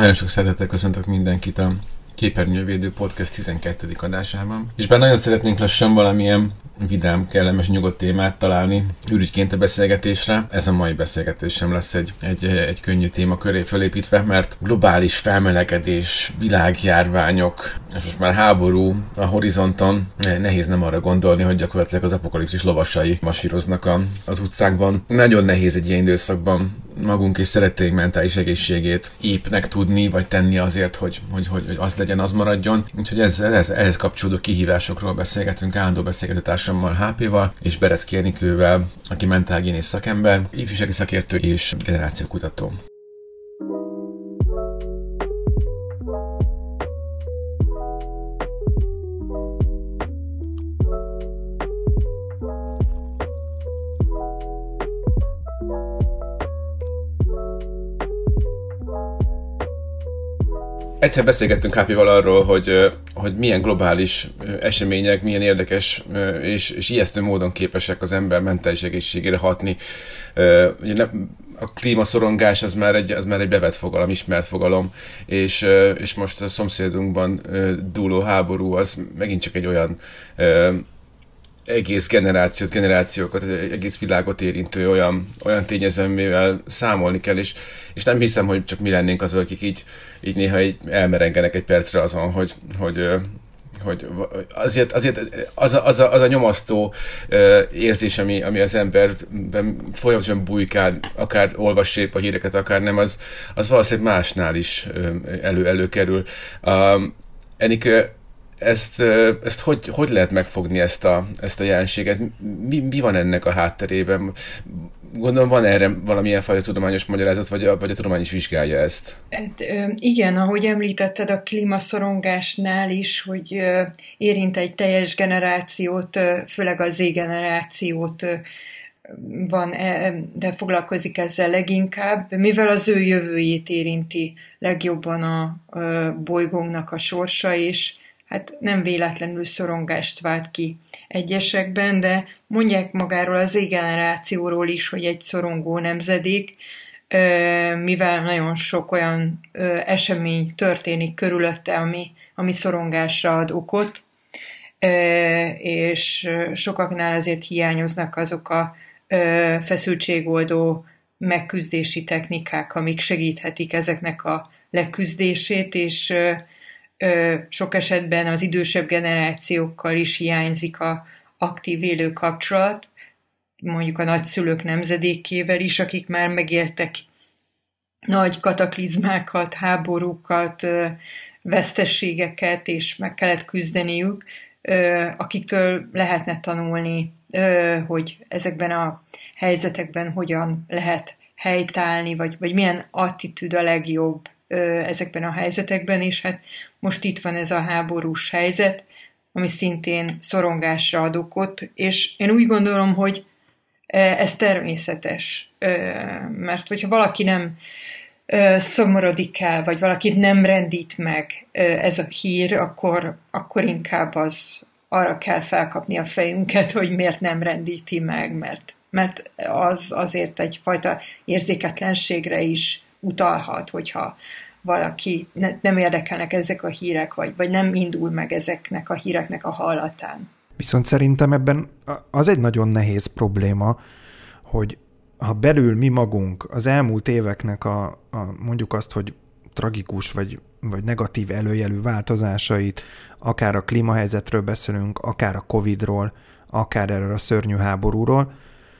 Nagyon sok szeretettel köszöntök mindenkit a Képernyővédő Podcast 12. adásában. És bár nagyon szeretnénk lassan valamilyen vidám, kellemes, nyugodt témát találni ürügyként a beszélgetésre. Ez a mai beszélgetés sem lesz egy könnyű téma köré felépítve, mert globális felmelegedés, világjárványok, és most már háború a horizonton, nehéz nem arra gondolni, hogy gyakorlatilag az apokalipszis lovasai masíroznak az utcákban. Nagyon nehéz egy ilyen időszakban magunk és szeretteink mentális egészségét épnek tudni, vagy tenni azért, hogy az legyen, az maradjon. Úgyhogy ehhez kapcsolódó kihívásokról beszélgetünk állandó beszélgetőtársammal, HP-val, és Bereszki Enikővel, aki mentálhigiénész szakember, ifjúsági szakértő és generációkutató. Egyszer beszélgettünk HP-val arról, hogy milyen globális események, milyen érdekes és ijesztő módon képesek az ember mentális egészségére hatni. Ugye a klímaszorongás az már egy bevett fogalom, ismert fogalom, és most a szomszédunkban dúló háború az megint csak egy olyan egész generációkat, egész világot érintő olyan tényező, amivel számolni kell, és nem hiszem, hogy csak mi lennénk azok, akik így néha így elmerengenek egy percre azon, hogy azért az a nyomasztó érzés, ami az emberben folyamatosan bujkál, akár olvassék a híreket, akár nem, az valószínűleg másnál is előkerül. Enikő, ezt hogy lehet megfogni ezt a jelenséget? Mi van ennek a hátterében? Gondolom van erre valamilyen fajta tudományos magyarázat, vagy a tudomány is vizsgálja ezt? Hát, igen, ahogy említetted a klímaszorongásnál is, hogy érint egy teljes generációt, főleg a Z-generációt van, de foglalkozik ezzel leginkább, mivel az ő jövőjét érinti legjobban a bolygónknak a sorsa, és hát nem véletlenül szorongást vált ki egyesekben, de mondják magáról az Z-generációról is, hogy egy szorongó nemzedék, mivel nagyon sok olyan esemény történik körülötte, ami szorongásra ad okot, és sokaknál azért hiányoznak azok a feszültségoldó megküzdési technikák, amik segíthetik ezeknek a leküzdését, és sok esetben az idősebb generációkkal is hiányzik a aktív élő kapcsolat, mondjuk a nagyszülők nemzedékével is, akik már megéltek nagy kataklizmákat, háborúkat, veszteségeket, és meg kellett küzdeniük, akiktől lehetne tanulni, hogy ezekben a helyzetekben hogyan lehet helytállni, vagy milyen attitűd a legjobb ezekben a helyzetekben, és hát most itt van ez a háborús helyzet, ami szintén szorongásra ad okot, és én úgy gondolom, hogy ez természetes, mert hogyha valaki nem szomorodik el, vagy valakit nem rendít meg ez a hír, akkor inkább arra kell felkapni a fejünket, hogy miért nem rendíti meg, mert az azért egyfajta érzéketlenségre is utalhat, hogyha valaki nem érdekelnek ezek a hírek, vagy nem indul meg ezeknek a híreknek a hallatán. Viszont szerintem ebben az egy nagyon nehéz probléma, hogy ha belül mi magunk az elmúlt éveknek a mondjuk azt, hogy tragikus vagy negatív előjelű változásait, akár a klímahelyzetről beszélünk, akár a Covid-ról, akár erről a szörnyű háborúról,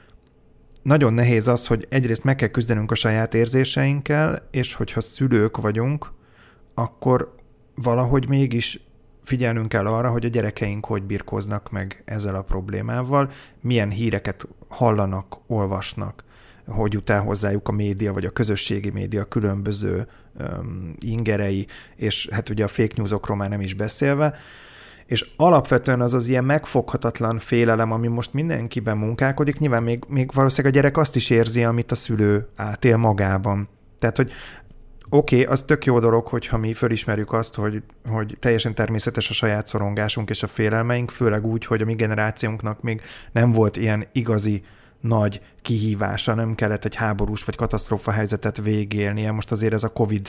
nagyon nehéz az, hogy egyrészt meg kell küzdenünk a saját érzéseinkkel, és hogyha szülők vagyunk, akkor valahogy mégis figyelnünk kell arra, hogy a gyerekeink hogy birkóznak meg ezzel a problémával, milyen híreket hallanak, olvasnak, hogy jut el hozzájuk a média, vagy a közösségi média különböző ingerei, és hát ugye a fake newsokról már nem is beszélve, és alapvetően az ilyen megfoghatatlan félelem, ami most mindenkiben munkálkodik, nyilván még valószínűleg a gyerek azt is érzi, amit a szülő átél magában. Tehát, hogy oké, az tök jó dolog, hogyha mi fölismerjük azt, hogy teljesen természetes a saját szorongásunk és a félelmeink, főleg úgy, hogy a mi generációnknak még nem volt ilyen igazi nagy kihívása, nem kellett egy háborús vagy katasztrófa helyzetet végigélnie. Most azért ez a Covid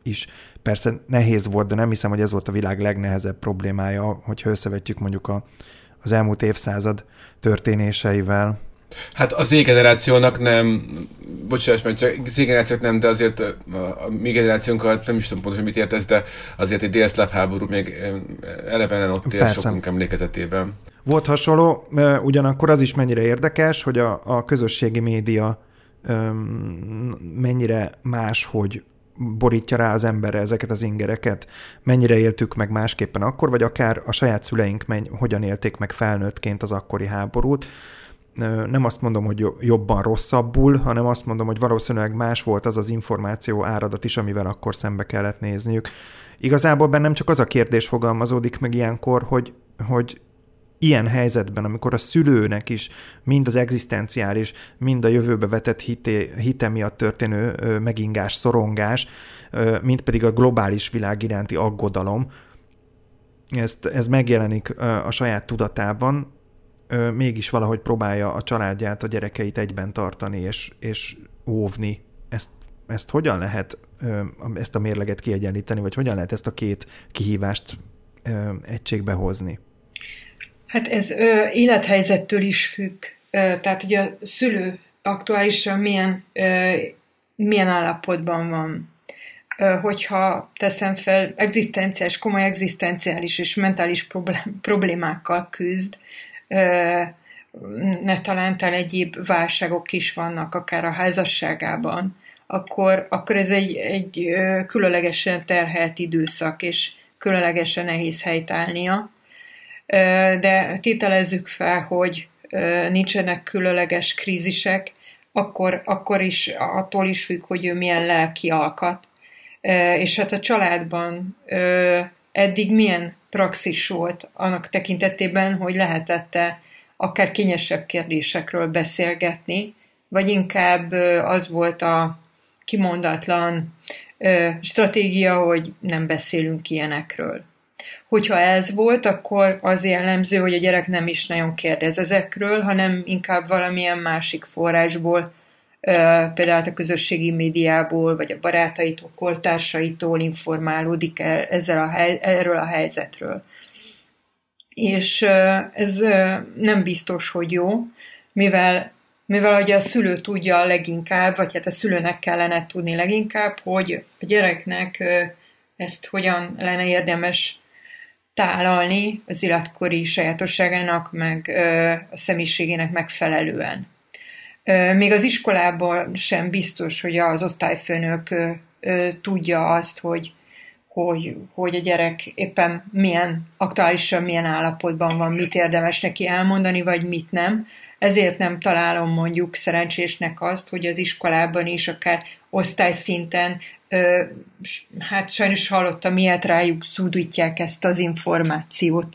is persze nehéz volt, de nem hiszem, hogy ez volt a világ legnehezebb problémája, hogyha összevetjük mondjuk az elmúlt évszázad történéseivel. Hát a Z-generációnak nem, bocsánat, mert csak Z-generációk nem, de azért a mi generációnkat nem is tudom pontosan mit értesz, de azért egy délszláv háború még elevenen ott él sokunk emlékezetében. Volt hasonló, ugyanakkor az is mennyire érdekes, hogy a közösségi média mennyire máshogy borítja rá az emberre ezeket az ingereket, mennyire éltük meg másképpen akkor, vagy akár a saját szüleink hogyan élték meg felnőttként az akkori háborút. Nem azt mondom, hogy jobban, rosszabbul, hanem azt mondom, hogy valószínűleg más volt az az információ áradat is, amivel akkor szembe kellett nézniük. Igazából bennem csak az a kérdés fogalmazódik meg ilyenkor, hogy ilyen helyzetben, amikor a szülőnek is mind az egzisztenciális, mind a jövőbe vetett hite miatt történő megingás, szorongás, mind pedig a globális világ iránti aggodalom, ez megjelenik a saját tudatában, mégis valahogy próbálja a családját, a gyerekeit egyben tartani és óvni. Ezt hogyan lehet ezt a mérleget kiegyenlíteni, vagy hogyan lehet ezt a két kihívást egységbe hozni? Hát ez élethelyzettől is függ. Tehát ugye a szülő aktuálisan milyen állapotban van. Hogyha teszem fel, komoly egzisztenciális és mentális problémákkal küzd, talán egyéb válságok is vannak, akár a házasságában, akkor ez egy különlegesen terhelt időszak, és különlegesen nehéz helytállnia. De tételezzük fel, hogy nincsenek különleges krízisek, akkor is attól is függ, hogy ő milyen lelki alkat. És hát a családban eddig milyen praxis volt annak tekintetében, hogy lehetett-e akár kényesebb kérdésekről beszélgetni, vagy inkább az volt a kimondatlan stratégia, hogy nem beszélünk ilyenekről. Hogyha ez volt, akkor az jellemző, hogy a gyerek nem is nagyon kérdez ezekről, hanem inkább valamilyen másik forrásból, például a közösségi médiából, vagy a barátaitól, kortársaitól informálódik erről a helyzetről. És ez nem biztos, hogy jó, mivel ugye a szülő tudja leginkább, vagy hát a szülőnek kellene tudni leginkább, hogy a gyereknek ezt hogyan lenne érdemes tálalni az életkori sajátosságának, meg a személyiségének megfelelően. Még az iskolában sem biztos, hogy az osztályfőnök tudja azt, hogy a gyerek éppen aktuálisan milyen állapotban van, mit érdemes neki elmondani, vagy mit nem. Ezért nem találom mondjuk szerencsésnek azt, hogy az iskolában is akár osztályszinten, hát sajnos hallottam ilyet, rájuk zúdítják ezt az információt.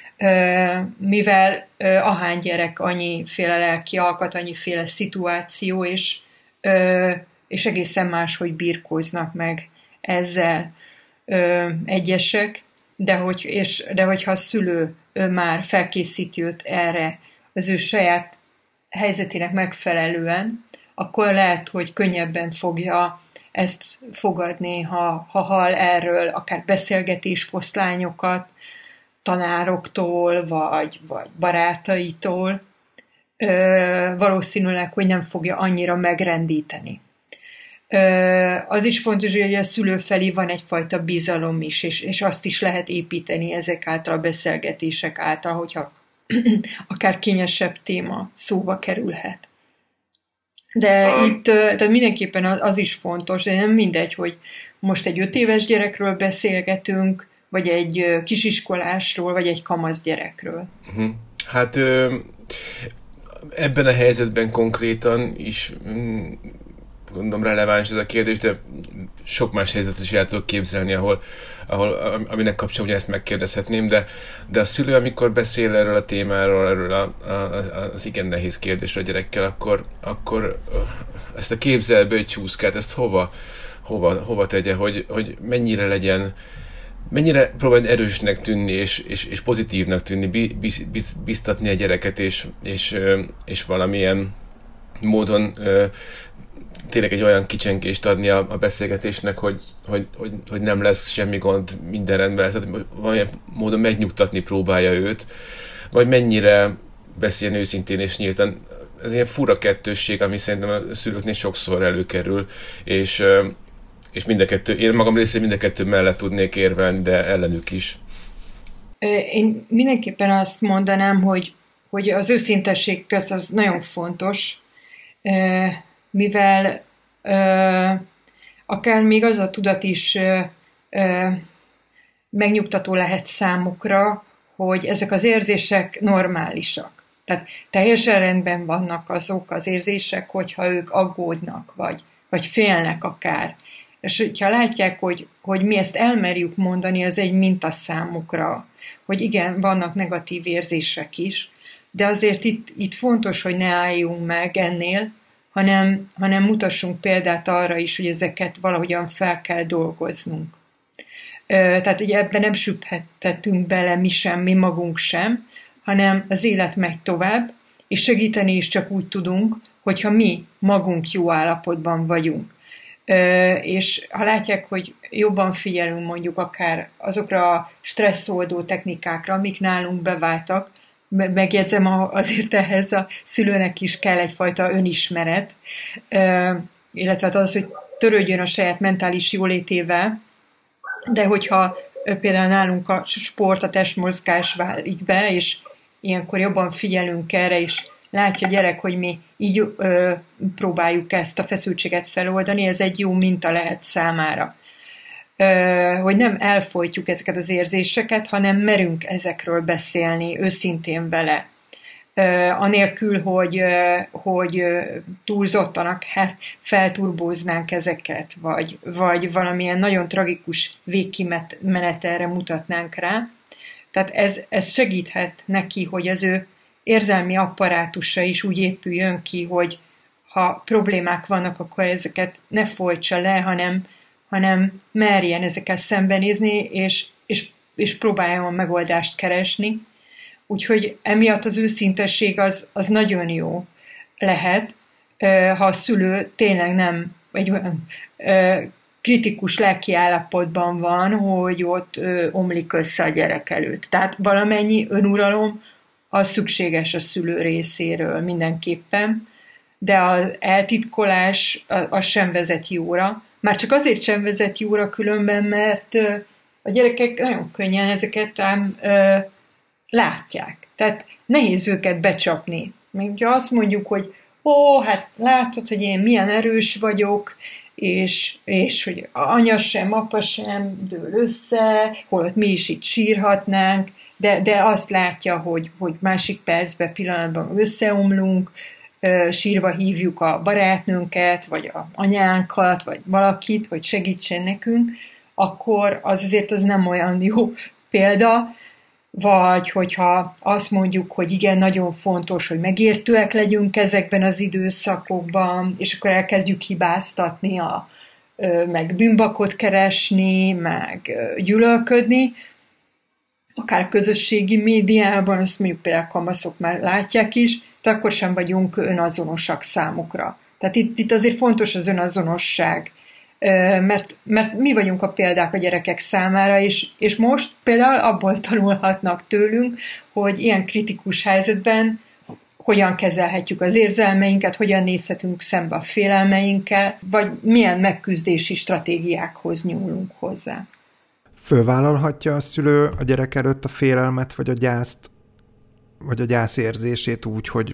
Mivel ahány gyerek, annyiféle lelki alkat, annyiféle szituáció, és egészen máshogy birkóznak meg ezzel egyesek, de hogyha a szülő már felkészíti őt erre az ő saját helyzetének megfelelően, akkor lehet, hogy könnyebben fogja ezt fogadni, ha hall erről akár beszélgetésfoszlányokat tanároktól, vagy barátaitól, valószínűleg, hogy nem fogja annyira megrendíteni. Az is fontos, hogy a szülő felé van egyfajta bizalom is, és azt is lehet építeni ezek által a beszélgetések által, hogyha akár kényesebb téma szóba kerülhet. De itt tehát mindenképpen az is fontos, de nem mindegy, hogy most egy 5 éves gyerekről beszélgetünk, vagy egy kisiskolásról, vagy egy kamasz gyerekről. Hát ebben a helyzetben konkrétan is gondolom releváns ez a kérdés, de sok más helyzetet is el tudok képzelni, aminek kapcsán ugye ezt megkérdezhetném, de a szülő, amikor beszél erről a témáról, erről az igen nehéz kérdésről a gyerekkel, akkor ezt a képzelből csúszkát, ezt hova tegye, hogy mennyire próbálni erősnek tűnni, és pozitívnak tűnni, biztatni a gyereket, és valamilyen módon tényleg egy olyan kicsenkést adni a beszélgetésnek, hogy nem lesz semmi gond, minden rendben, tehát valamilyen módon megnyugtatni próbálja őt, vagy mennyire beszélni őszintén és nyíltan. Ez ilyen fura kettősség, ami szerintem a szülőknél sokszor előkerül, és mind a kettő, én magam részéről mind a kettő mellett tudnék érvelni, de ellenük is. Én mindenképpen azt mondanám, hogy az őszintesség az nagyon fontos, mivel akár még az a tudat is megnyugtató lehet számukra, hogy ezek az érzések normálisak. Tehát teljesen rendben vannak azok az érzések, hogyha ők aggódnak, vagy félnek akár. És hogyha látják, hogy mi ezt elmerjük mondani, az egy minta számukra, hogy igen, vannak negatív érzések is, de azért itt fontos, hogy ne álljunk meg ennél, hanem mutassunk példát arra is, hogy ezeket valahogyan fel kell dolgoznunk. Tehát ugye ebben nem süpphettünk bele mi magunk sem, hanem az élet megy tovább, és segíteni is csak úgy tudunk, hogyha mi magunk jó állapotban vagyunk. És ha látják, hogy jobban figyelünk mondjuk akár azokra a stresszoldó technikákra, amik nálunk beváltak, megjegyzem, azért ehhez a szülőnek is kell egyfajta önismeret, illetve az, hogy törődjön a saját mentális jólétével, de hogyha például nálunk a sport, a testmozgás válik be, és ilyenkor jobban figyelünk erre, és látja a gyerek, hogy mi így próbáljuk ezt a feszültséget feloldani, ez egy jó minta lehet számára. Hogy nem elfojtjuk ezeket az érzéseket, hanem merünk ezekről beszélni őszintén vele. Anélkül, hogy túlzottan akár felturbóznánk ezeket, vagy valamilyen nagyon tragikus végkimenetelre mutatnánk rá. Tehát ez segíthet neki, hogy az ő érzelmi apparátusa is úgy épüljön ki, hogy ha problémák vannak, akkor ezeket ne folytsa le, hanem merjen ezekkel szembenézni, és próbáljon a megoldást keresni. Úgyhogy emiatt az őszintesség az nagyon jó lehet, ha a szülő tényleg nem egy olyan kritikus lelki állapotban van, hogy ott omlik össze a gyerek előtt. Tehát valamennyi önuralom az szükséges a szülő részéről mindenképpen, de az eltitkolás az sem vezet jóra. Már csak azért sem vezet jóra különben, mert a gyerekek nagyon könnyen ezeket látják. Tehát nehéz őket becsapni. Még ugye azt mondjuk, hogy hát látod, hogy én milyen erős vagyok, és hogy anya sem, apa sem dől össze, holott mi is itt sírhatnánk, de azt látja, hogy másik percben, pillanatban összeomlunk, sírva hívjuk a barátnőnket, vagy a anyánkat, vagy valakit, hogy segítsen nekünk, akkor az azért az nem olyan jó példa, vagy hogyha azt mondjuk, hogy igen, nagyon fontos, hogy megértőek legyünk ezekben az időszakokban, és akkor elkezdjük hibáztatni, meg bűnbakot keresni, meg gyűlölködni, akár a közösségi médiában, azt mondjuk például kamaszok már látják is, de akkor sem vagyunk önazonosak számukra. Tehát itt azért fontos az önazonosság, mert mi vagyunk a példák a gyerekek számára, és most például abból tanulhatnak tőlünk, hogy ilyen kritikus helyzetben hogyan kezelhetjük az érzelmeinket, hogyan nézhetünk szembe a félelmeinkkel, vagy milyen megküzdési stratégiákhoz nyúlunk hozzá. Fölvállalhatja a szülő a gyerek előtt a félelmet, vagy a gyászt, vagy a gyászérzését úgy, hogy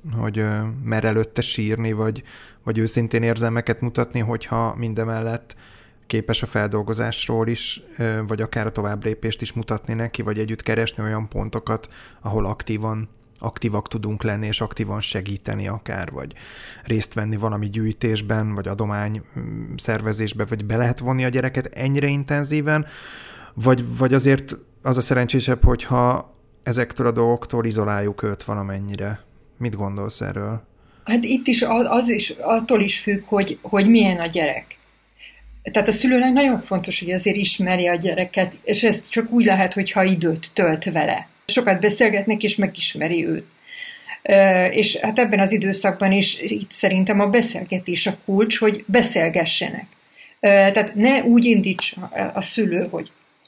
mer előtte sírni, vagy őszintén érzelmeket mutatni, hogyha mindemellett képes a feldolgozásról is, vagy akár a továbblépést is mutatni neki, vagy együtt keresni olyan pontokat, ahol aktívak tudunk lenni, és aktívan segíteni akár, vagy részt venni valami gyűjtésben, vagy adomány szervezésbe, vagy be lehet vonni a gyereket ennyire intenzíven, vagy azért az a szerencsésebb, hogyha ezektől a dolgoktól izoláljuk őt valamennyire. Mit gondolsz erről? Hát itt is az is attól is függ, hogy milyen a gyerek. Tehát a szülőnek nagyon fontos, hogy azért ismerje a gyereket, és ez csak úgy lehet, hogyha időt tölt vele. Sokat beszélgetnek, és megismeri őt. És hát ebben az időszakban is itt szerintem a beszélgetés a kulcs, hogy beszélgessenek. Tehát ne úgy indítsa a szülő, hogy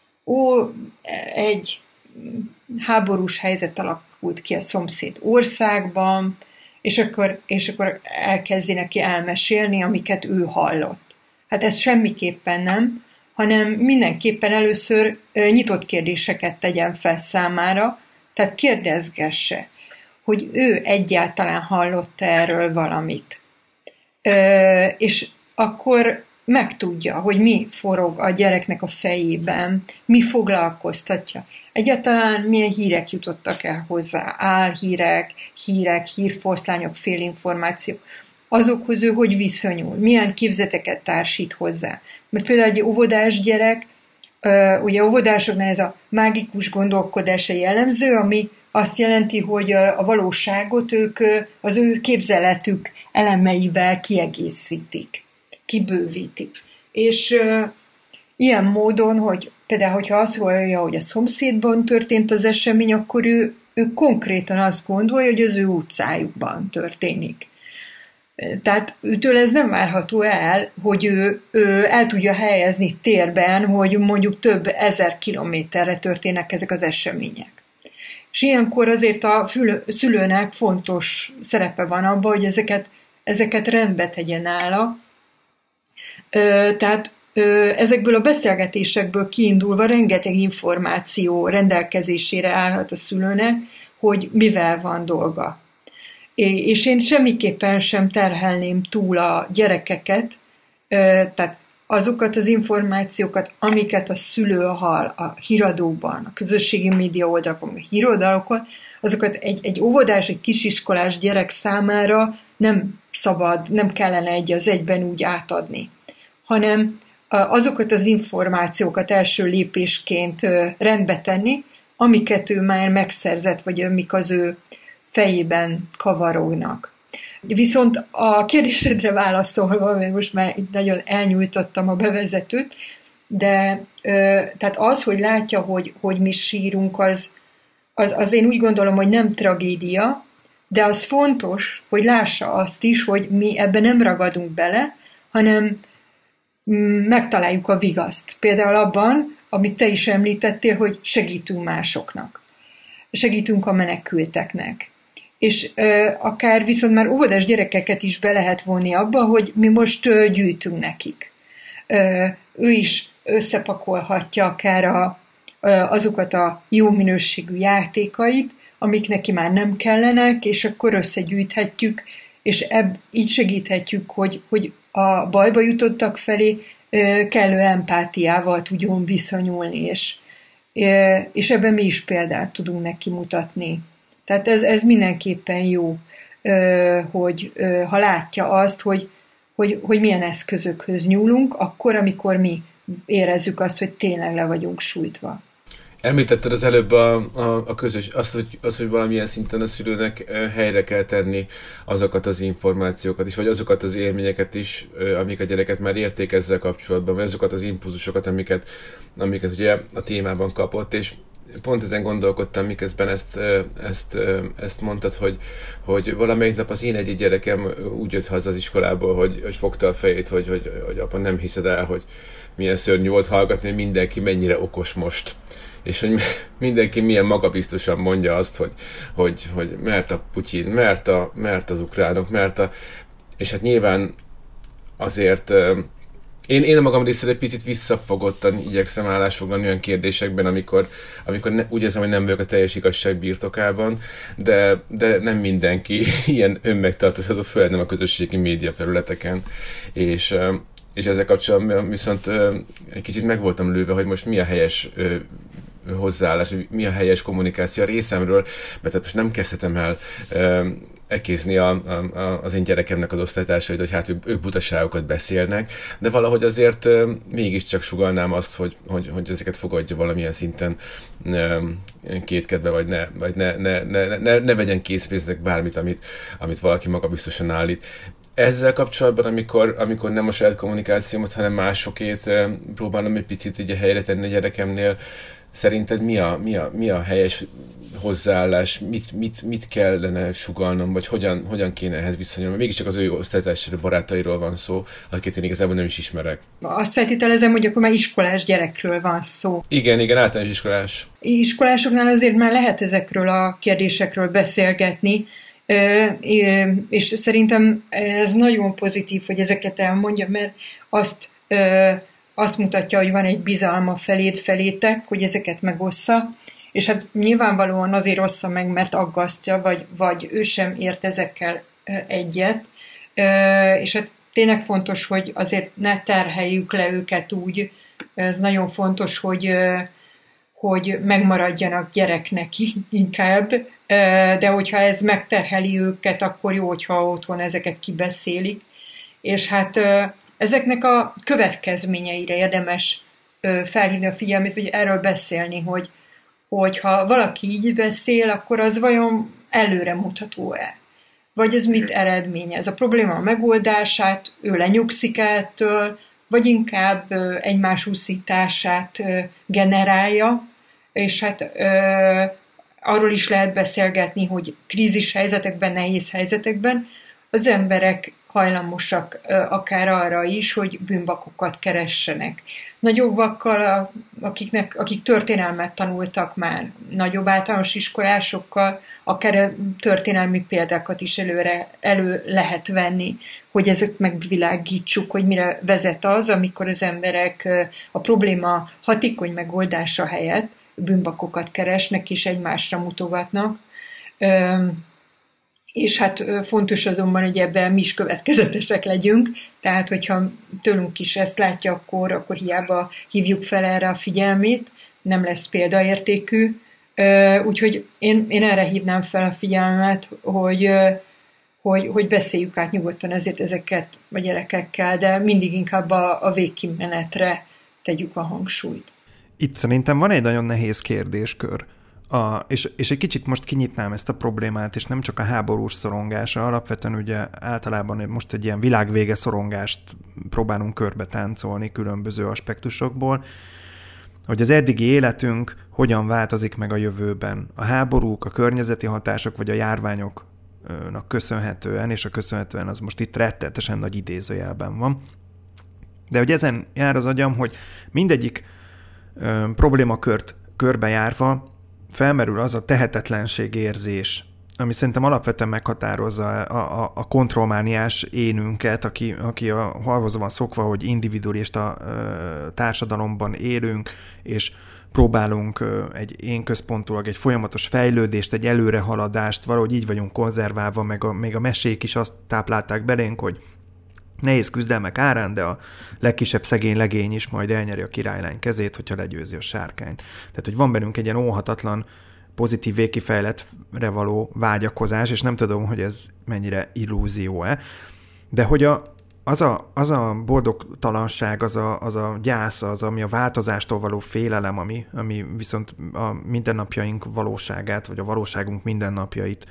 egy háborús helyzet alakult ki a szomszéd országban, és akkor elkezdi neki elmesélni, amiket ő hallott. Hát ez semmiképpen nem, hanem mindenképpen először nyitott kérdéseket tegyen fel számára, tehát kérdezgesse, hogy ő egyáltalán hallott erről valamit. És akkor megtudja, hogy mi forog a gyereknek a fejében, mi foglalkoztatja. Egyáltalán milyen hírek jutottak el hozzá, álhírek, hírfoszlányok, félinformációk. Azokhoz ő hogy viszonyul, milyen képzeteket társít hozzá. Mert például egy óvodás gyerek, ugye óvodásoknál ez a mágikus gondolkodása jellemző, ami azt jelenti, hogy a valóságot ők az ő képzeletük elemeivel kiegészítik, kibővítik. És ilyen módon, hogy például, hogyha azt hallja, hogy a szomszédban történt az esemény, akkor ő konkrétan azt gondolja, hogy az ő utcájukban történik. Tehát őtől ez nem várható el, hogy ő el tudja helyezni térben, hogy mondjuk több 1000 kilométerre történnek ezek az események. És ilyenkor azért a szülőnek fontos szerepe van abban, hogy ezeket rendbe tegye nála. Tehát ezekből a beszélgetésekből kiindulva rengeteg információ rendelkezésére állhat a szülőnek, hogy mivel van dolga. És én semmiképpen sem terhelném túl a gyerekeket, tehát azokat az információkat, amiket a szülő hall a híradóban, a közösségi média oldalakon, a híroldalokon, azokat egy óvodás, egy kisiskolás gyerek számára nem szabad, nem kellene egy az egyben úgy átadni, hanem azokat az információkat első lépésként rendbe tenni, amiket ő már megszerzett, vagy amik az ő fejében kavarognak. Viszont a kérdésedre válaszolva, mert most már itt nagyon elnyújtottam a bevezetőt, de tehát az, hogy látja, hogy mi sírunk, az én úgy gondolom, hogy nem tragédia, de az fontos, hogy lássa azt is, hogy mi ebben nem ragadunk bele, hanem megtaláljuk a vigaszt. Például abban, amit te is említettél, hogy segítünk másoknak. Segítünk a menekülteknek. És akár viszont már óvodás gyerekeket is be lehet vonni abba, hogy mi most gyűjtünk nekik. Ő is összepakolhatja akár azokat a jó minőségű játékait, amik neki már nem kellenek, és akkor összegyűjthetjük, és így segíthetjük, hogy a bajba jutottak felé kellő empátiával tudjon viszonyulni, és ebben mi is példát tudunk neki mutatni. Tehát ez mindenképpen jó, hogy ha látja azt, hogy milyen eszközökhöz nyúlunk, akkor, amikor mi érezzük azt, hogy tényleg le vagyunk sújtva. Említetted az előbb a közös, azt, hogy valamilyen szinten a szülőnek helyre kell tenni azokat az információkat is, vagy azokat az élményeket is, amik a gyereket már érték ezzel kapcsolatban, vagy azokat az impulzusokat, amiket ugye a témában kapott, és pont ezen gondolkodtam, miközben ezt mondtad, hogy valamelyik nap az én egyik gyerekem úgy jött haza az iskolából, hogy fogta a fejét, hogy apa, nem hiszed el, hogy milyen szörnyű volt hallgatni, hogy mindenki mennyire okos most. És hogy mindenki milyen magabiztosan mondja azt, hogy mert a Putyin, mert az ukránok, és hát nyilván azért én a magam részére egy picit visszafogottan igyekszem állásfoglalni olyan kérdésekben, amikor úgy érzem, hogy nem vagyok a teljes igazság birtokában, de nem mindenki ilyen önmegtartóztató, főleg nem a közösségi média felületeken, és ezzel kapcsolatban viszont egy kicsit meg voltam lőve, hogy most mi a helyes hozzáállás, mi a helyes kommunikáció a részemről, mert most nem kezdhetem el ekézni az én gyerekemnek az osztálytársait, hogy hát ők butaságokat beszélnek, de valahogy azért mégiscsak sugallnám azt, hogy ezeket fogadja valamilyen szinten kétkedve, vagy ne vegyen készpénznek bármit, amit valaki magabiztosan állít. ezzel kapcsolatban, amikor nem a saját kommunikációmat, hanem másokét próbálom egy picit így helyre tenni a gyerekemnél, szerinted mi a helyes hozzáállás, mit kellene sugallnom, vagy hogyan kéne ehhez viszonyulni? Mégiscsak az ő osztálytársáról, barátairól van szó, akiket én igazából nem is ismerek. Azt feltételezem, hogy akkor már iskolás gyerekről van szó. Igen, általános iskolás. Iskolásoknál azért már lehet ezekről a kérdésekről beszélgetni, és szerintem ez nagyon pozitív, hogy ezeket elmondja, mert azt mutatja, hogy van egy bizalma felétek, hogy ezeket megossza, és hát nyilvánvalóan azért ossza meg, mert aggasztja, vagy ő sem ért ezekkel egyet, és hát tényleg fontos, hogy azért ne terheljük le őket úgy, ez nagyon fontos, hogy megmaradjanak gyereknek inkább, de hogyha ez megterheli őket, akkor jó, hogyha otthon ezeket kibeszélik, és hát ezeknek a következményeire érdemes felhívni a figyelmét, vagy erről beszélni, hogy ha valaki így beszél, akkor az vajon előremutató-e? Vagy ez mit eredményez? A probléma megoldását, ő lenyugszik ettől, vagy inkább egymás úszítását generálja, és hát arról is lehet beszélgetni, hogy krízis helyzetekben, nehéz helyzetekben az emberek hajlamosak akár arra is, hogy bűnbakokat keressenek. Nagyobbakkal, akik történelmet tanultak már, nagyobb általános iskolásokkal, akár történelmi példákat is elő lehet venni, hogy ezeket megvilágítsuk, hogy mire vezet az, amikor az emberek a probléma hatékony megoldása helyett bűnbakokat keresnek és egymásra mutogatnak. És hát fontos azonban, hogy ebben mi is következetesek legyünk, tehát hogyha tőlünk is ezt látja, akkor hiába hívjuk fel erre a figyelmét, nem lesz példaértékű. Úgyhogy én erre hívnám fel a figyelmet, hogy beszéljük át nyugodtan ezeket a gyerekekkel, de mindig inkább a végkimenetre tegyük a hangsúlyt. Itt szerintem van egy nagyon nehéz kérdéskör. És egy kicsit most kinyitnám ezt a problémát, és nem csak a háborús szorongásra, alapvetően ugye általában most egy ilyen világvége szorongást próbálunk körbe táncolni különböző aspektusokból, hogy az eddigi életünk hogyan változik meg a jövőben. A háborúk, a környezeti hatások vagy a járványoknak köszönhetően, és a köszönhetően az most itt rettenetesen nagy idézőjelben van. De hogy ezen jár az agyam, hogy mindegyik problémakört körbejárva felmerül az a tehetetlenség érzés, ami szerintem alapvetően meghatározza a kontrollmániás énünket, aki ahhoz van szokva, hogy individualista társadalomban élünk, és próbálunk egy énközpontúlag egy folyamatos fejlődést, egy előrehaladást, valahogy így vagyunk konzerválva, még a mesék is azt táplálták belénk, hogy nehéz küzdelmek árán, de a legkisebb szegény legény is majd elnyeri a királylány kezét, hogyha legyőzi a sárkányt. Tehát, hogy van bennünk egy ilyen óhatatlan, pozitív végkifejletre való vágyakozás, és nem tudom, hogy ez mennyire illúzió-e, de hogy az a boldogtalanság, az a gyász, ami a változástól való félelem, ami viszont a mindennapjaink valóságát, vagy a valóságunk mindennapjait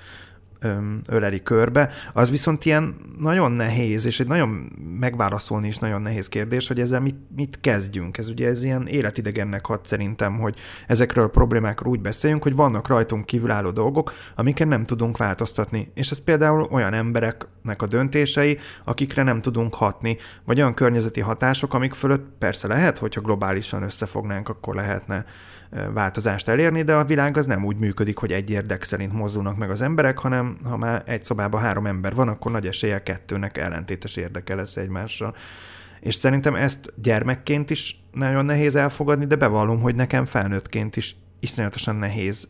öleli körbe, az viszont ilyen nagyon nehéz, és egy nagyon megválaszolni is nagyon nehéz kérdés, hogy ezzel mit kezdjünk. Ez ilyen életidegennek hat szerintem, hogy ezekről a problémákról úgy beszéljünk, hogy vannak rajtunk kívülálló dolgok, amiket nem tudunk változtatni. És ez például olyan embereknek a döntései, akikre nem tudunk hatni, vagy olyan környezeti hatások, amik fölött persze lehet, hogyha globálisan összefognánk, akkor lehetne változást elérni, de a világ az nem úgy működik, hogy egy érdek szerint mozdulnak meg az emberek, hanem ha már egy szobában 3 ember van, akkor nagy eséllyel 2-nek ellentétes érdeke lesz egymással. És szerintem ezt gyermekként is nagyon nehéz elfogadni, de bevallom, hogy nekem felnőttként is iszonyatosan nehéz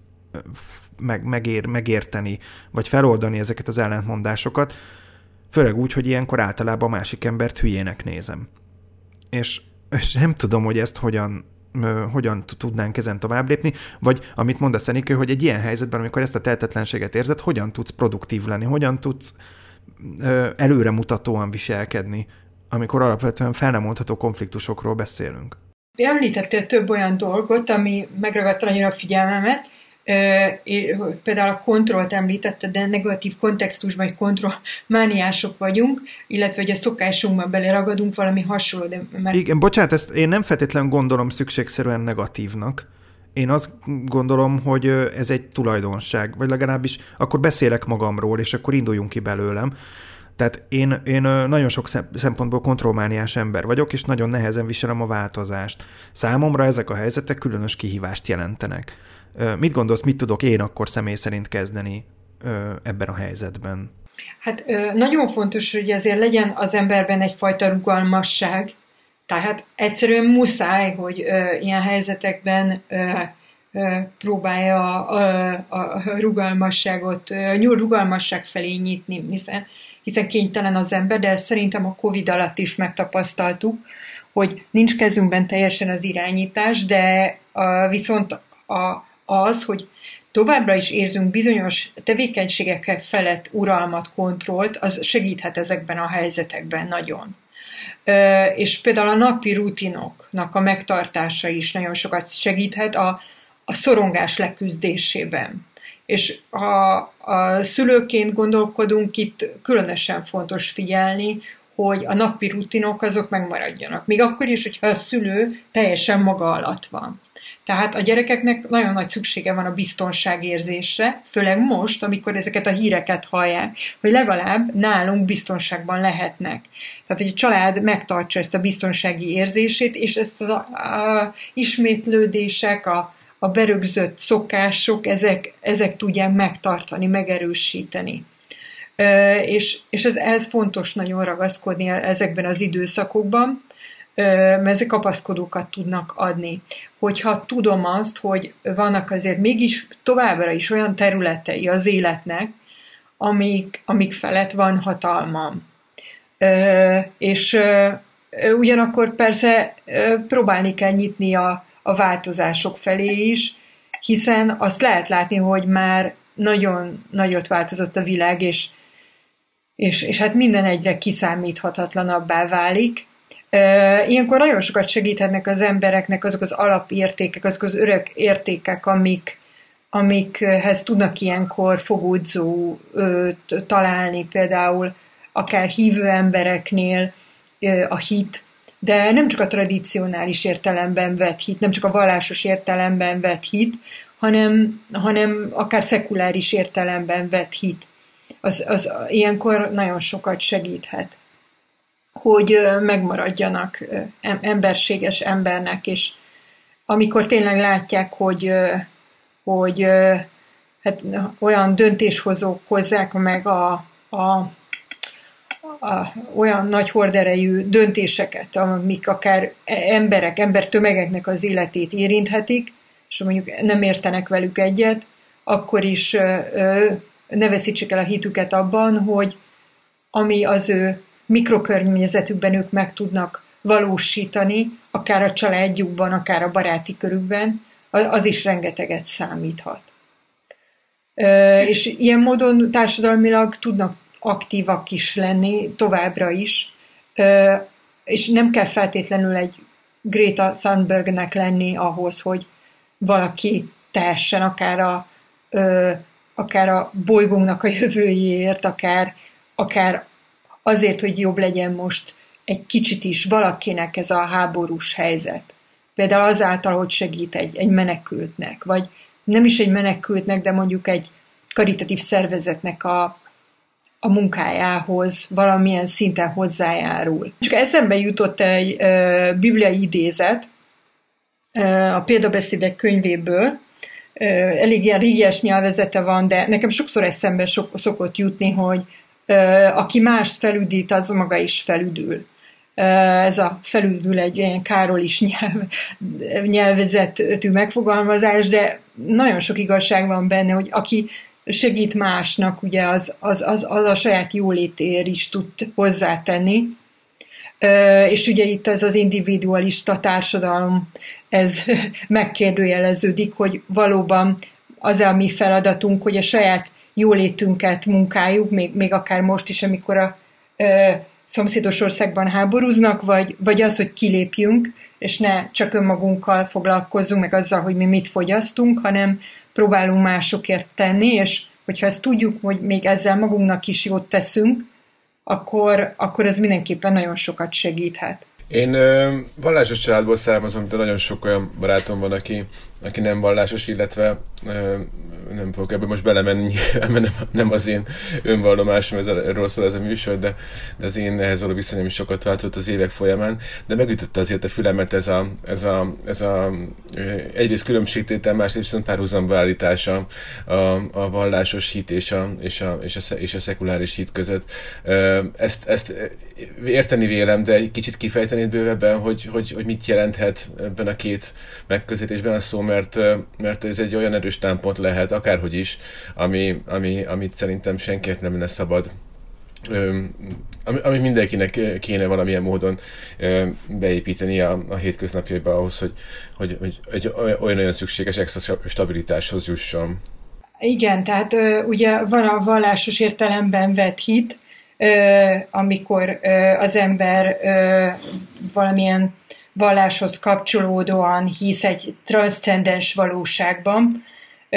megérteni, vagy feloldani ezeket az ellentmondásokat, főleg úgy, hogy ilyenkor általában a másik embert hülyének nézem. És nem tudom, hogy ezt hogyan tudnánk ezen tovább lépni, vagy amit mondasz, Enikő, hogy egy ilyen helyzetben, amikor ezt a tehetetlenséget érzed, hogyan tudsz produktív lenni, hogyan tudsz előremutatóan viselkedni, amikor alapvetően fel nem oldható konfliktusokról beszélünk. Említettél több olyan dolgot, ami megragadta nagyon a figyelmemet. Például a kontrollt említetted, de negatív kontextusban, hogy kontrollmániások vagyunk, illetve hogy a szokásunkban beleragadunk valami hasonló. Igen, bocsánat, ezt én nem feltétlenül gondolom szükségszerűen negatívnak. Én azt gondolom, hogy ez egy tulajdonság, vagy legalábbis akkor beszélek magamról, és akkor induljunk ki belőlem. Tehát én nagyon sok szempontból kontrollmániás ember vagyok, és nagyon nehezen viselem a változást. Számomra ezek a helyzetek különös kihívást jelentenek. Mit gondolsz, mit tudok én akkor személy szerint kezdeni ebben a helyzetben? Hát nagyon fontos, hogy azért legyen az emberben egyfajta rugalmasság, tehát egyszerűen muszáj, hogy ilyen helyzetekben próbálja a rugalmasság felé nyitni, hiszen kénytelen az ember, de ezt szerintem a Covid alatt is megtapasztaltuk, hogy nincs kezünkben teljesen az irányítás, de viszont az, hogy továbbra is érzünk bizonyos tevékenységek felett uralmat, kontrollt, az segíthet ezekben a helyzetekben nagyon. És például a napi rutinoknak a megtartása is nagyon sokat segíthet a szorongás leküzdésében. És ha a szülőként gondolkodunk, itt különösen fontos figyelni, hogy a napi rutinok azok megmaradjanak. Még akkor is, hogyha a szülő teljesen maga alatt van. Tehát a gyerekeknek nagyon nagy szüksége van a biztonságérzésre, főleg most, amikor ezeket a híreket hallják, hogy legalább nálunk biztonságban lehetnek. Tehát, hogy a család megtartsa ezt a biztonsági érzését, és ezt az ismétlődések, a berögzött szokások, ezek tudják megtartani, megerősíteni. És ez fontos nagyon ragaszkodni ezekben az időszakokban, mert ezek kapaszkodókat tudnak adni. Hogyha tudom azt, hogy vannak azért mégis továbbra is olyan területei az életnek, amik felett van hatalmam. És ugyanakkor persze próbálni kell nyitni a változások felé is, hiszen azt lehet látni, hogy már nagyon nagyot változott a világ, és hát minden egyre kiszámíthatatlanabbá válik. Ilyenkor nagyon sokat segíthetnek az embereknek azok az alapértékek, azok az örök értékek, amikhez tudnak ilyenkor fogódzót találni, például akár hívő embereknél a hit, de nem csak a tradicionális értelemben vett hit, nem csak a vallásos értelemben vett hit, hanem akár szekuláris értelemben vett hit. Az ilyenkor nagyon sokat segíthet, hogy megmaradjanak emberséges embernek, és amikor tényleg látják, hogy hát olyan döntéshozók hozzák meg olyan nagy horderejű döntéseket, amik akár embertömegeknek az életét érinthetik, és mondjuk nem értenek velük egyet, akkor is ne veszítsék el a hitüket abban, hogy ami az ő mikrokörnyezetükben ők meg tudnak valósítani, akár a családjukban, akár a baráti körükben, az is rengeteget számíthat. És ilyen módon társadalmilag tudnak aktívak is lenni továbbra is, és nem kell feltétlenül egy Greta Thunbergnek lenni ahhoz, hogy valaki tehessen akár a bolygónknak a jövőjéért, akár azért, hogy jobb legyen most egy kicsit is valakinek ez a háborús helyzet. Például azáltal, hogy segít egy menekültnek, vagy nem is egy menekültnek, de mondjuk egy karitatív szervezetnek a munkájához valamilyen szinten hozzájárul. Csak eszembe jutott egy bibliai idézet a Példabeszédek könyvéből, elég ilyen régies nyelvezete van, de nekem sokszor eszembe szokott jutni, hogy aki mást felüdít, az maga is felüdül. Ez a felüdül egy ilyen Károlis nyelvezetű megfogalmazás, de nagyon sok igazság van benne, hogy aki segít másnak, ugye az a saját jólétéért is tud hozzátenni. És ugye itt ez az individualista társadalom, ez megkérdőjeleződik, hogy valóban az a mi feladatunk, hogy a saját jólétünket munkáljuk, még akár most is, amikor a szomszédos országban háborúznak, vagy az, hogy kilépjünk, és ne csak önmagunkkal foglalkozzunk, meg azzal, hogy mi mit fogyasztunk, hanem próbálunk másokért tenni, és hogyha ezt tudjuk, hogy még ezzel magunknak is jót teszünk, akkor ez mindenképpen nagyon sokat segíthet. Én vallásos családból származom, de nagyon sok olyan barátom van, aki nem vallásos, illetve nem fogok ebbe most belemenni, mert nem az én önvallomásom, erről szól ez a műsor, de az én ehhez való viszonyom is sokat változott az évek folyamán, de megütötte azért a fülemet ez a egyrészt különbségtétel, másrészt viszont párhuzamba állítása a vallásos hit és a szekuláris hit között. Ezt érteni vélem, de egy kicsit kifejtenéd bővebben, hogy mit jelenthet ebben a két megközelítésben a szó, mert ez egy olyan erős támpont lehet, akárhogy is, amit szerintem senkinek nem lenne szabad, ami mindenkinek kéne valamilyen módon beépíteni a hétköznapjaiba ahhoz, hogy olyan szükséges extra stabilitáshoz jusson. Igen, tehát ugye van a vallásos értelemben vett hit, amikor az ember valamilyen valláshoz kapcsolódóan hisz egy transzcendens valóságban,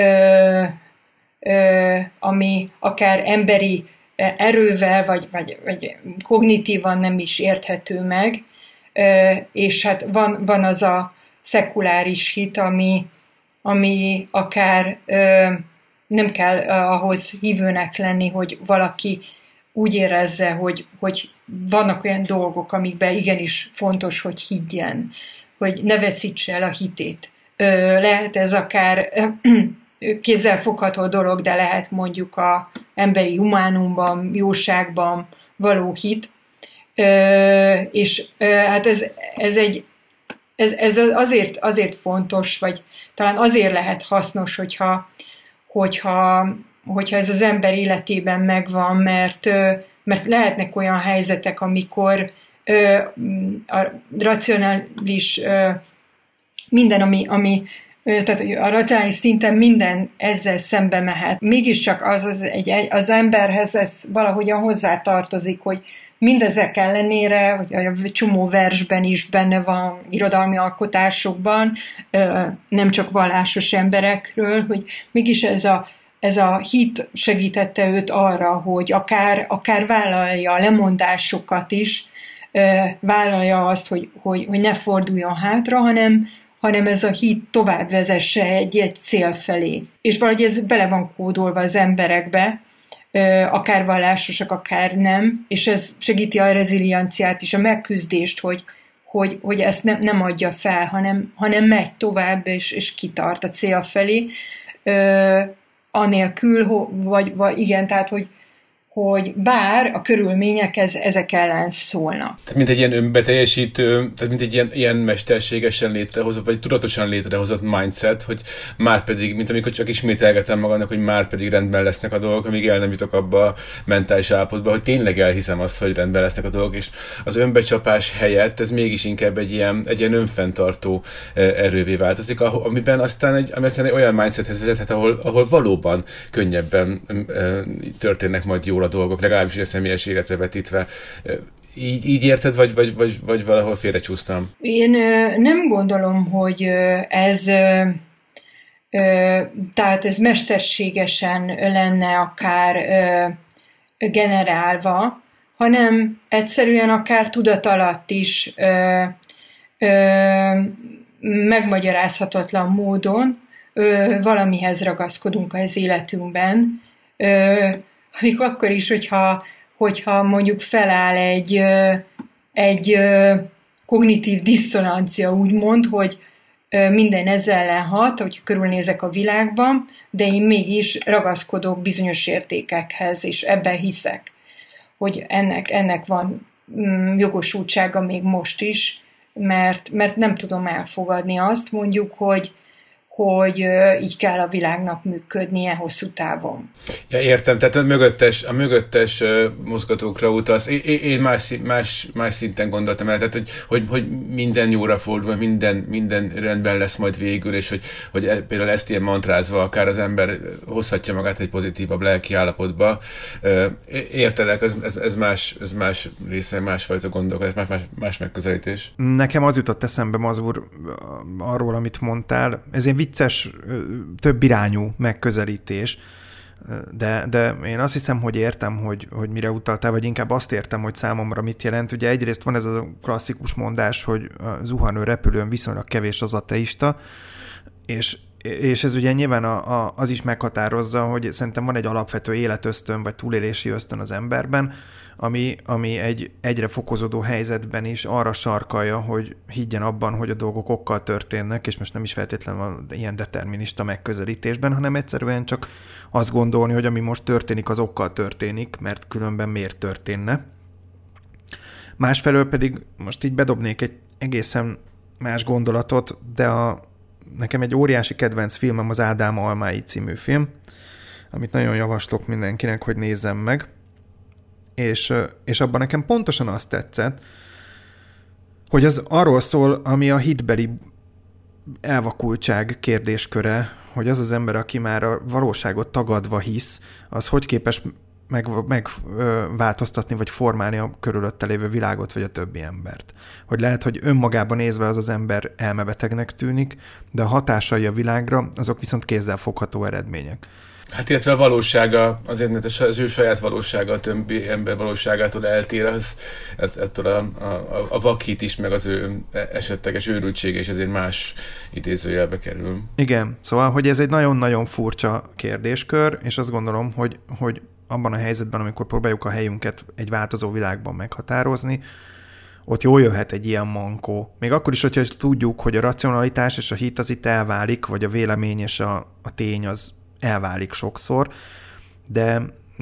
ami akár emberi erővel, vagy kognitívan nem is érthető meg, és hát van az a szekuláris hit, ami akár nem kell ahhoz hívőnek lenni, hogy valaki úgy érezze, hogy vannak olyan dolgok, amikben igenis fontos, hogy higgyen, hogy ne veszítse el a hitét. Lehet ez akár kézzelfogható dolog, de lehet mondjuk az emberi humánumban, jóságban való hit. És hát ez azért fontos, vagy talán azért lehet hasznos, hogyha ez az ember életében megvan, mert lehetnek olyan helyzetek, amikor a racionális minden, tehát a racionális szinten minden ezzel szembe mehet. Mégiscsak az emberhez ez valahogyan hozzátartozik, hogy mindezek ellenére, hogy a csomó versben is benne van, irodalmi alkotásokban, nem csak vallásos emberekről, hogy mégis ez a hit segítette őt arra, hogy akár vállalja a lemondásokat is, vállalja azt, hogy ne forduljon hátra, hanem ez a hit tovább vezesse egy cél felé. És valahogy ez bele van kódolva az emberekbe, akár vallásosak, akár nem, és ez segíti a rezilienciát és a megküzdést, hogy ezt nem adja fel, hanem megy tovább, és kitart a cél felé, anélkül, vagy igen, tehát, hogy bár a körülmények ezek ellen szólnak. Tehát mint egy ilyen önbeteljesítő, tehát mint egy ilyen mesterségesen létrehozott, vagy tudatosan létrehozott mindset, hogy már pedig, mint amikor csak ismételgetem magamnak, hogy már pedig rendben lesznek a dolgok, amíg el nem jutok abba a mentális állapotba, hogy tényleg elhiszem azt, hogy rendben lesznek a dolgok, és az önbecsapás helyett ez mégis inkább egy ilyen önfenntartó erővé változik, amiben aztán egy olyan mindsethez vezethet, ahol valóban könnyebben történnek majd jól a dolgok, legalábbis a személyes életre vetítve. Így érted, vagy valahol félrecsúsztam? Én nem gondolom, hogy tehát ez mesterségesen lenne akár generálva, hanem egyszerűen akár tudat alatt is megmagyarázhatatlan módon valamihez ragaszkodunk az életünkben, még akkor is, hogyha mondjuk feláll egy kognitív diszonancia, úgymond, hogy minden ezzel ellen hat, hogy körülnézek a világban, de én mégis ragaszkodok bizonyos értékekhez, és ebben hiszek, hogy ennek van jogosultsága még most is, mert nem tudom elfogadni azt, mondjuk, hogy így kell a világnak működnie hosszú távon. Ja, értem, tehát a mögöttes mozgatókra utalsz. Én más szinten gondoltam el, tehát hogy minden jóra fordul, minden rendben lesz majd végül, és hogy például ezt ilyen mantrázva akár az ember hozhatja magát egy pozitívabb lelki állapotba. Értelek, ez más része, másfajta gondolkodás, más megközelítés. Nekem az jutott eszembe, Mazur, arról, amit mondtál. Ez egy vicces, többirányú megközelítés, de én azt hiszem, hogy értem, hogy mire utaltál, vagy inkább azt értem, hogy számomra mit jelent. Ugye egyrészt van ez a klasszikus mondás, hogy a zuhanő repülőn viszonylag kevés az ateista, és ez ugye nyilván az is meghatározza, hogy szerintem van egy alapvető életösztön, vagy túlélési ösztön az emberben, ami egy egyre fokozódó helyzetben is arra sarkalja, hogy higgyen abban, hogy a dolgok okkal történnek, és most nem is feltétlenül ilyen determinista megközelítésben, hanem egyszerűen csak azt gondolni, hogy ami most történik, az okkal történik, mert különben miért történne. Másfelől pedig most így bedobnék egy egészen más gondolatot, de nekem egy óriási kedvenc filmem az Ádám almái című film, amit nagyon javaslok mindenkinek, hogy nézzem meg, és abban nekem pontosan azt tetszett, hogy az arról szól, ami a hitbeli elvakultság kérdésköre, hogy az az ember, aki már a valóságot tagadva hisz, az hogy képes megváltoztatni, vagy formálni a körülötte lévő világot, vagy a többi embert. Hogy lehet, hogy önmagában nézve az ember elmebetegnek tűnik, de a hatásai a világra, azok viszont kézzelfogható eredmények. Hát illetve a valósága, azért az ő saját valósága a többi ember valóságától eltér, ettől a vakhit is, meg az ő esetleges őrültsége is ezért más idézőjelbe kerül. Igen, szóval, hogy ez egy nagyon-nagyon furcsa kérdéskör, és azt gondolom, hogy abban a helyzetben, amikor próbáljuk a helyünket egy változó világban meghatározni, ott jól jöhet egy ilyen mankó. Még akkor is, hogyha tudjuk, hogy a racionalitás és a hit az itt elválik, vagy a vélemény és a tény az elválik sokszor, de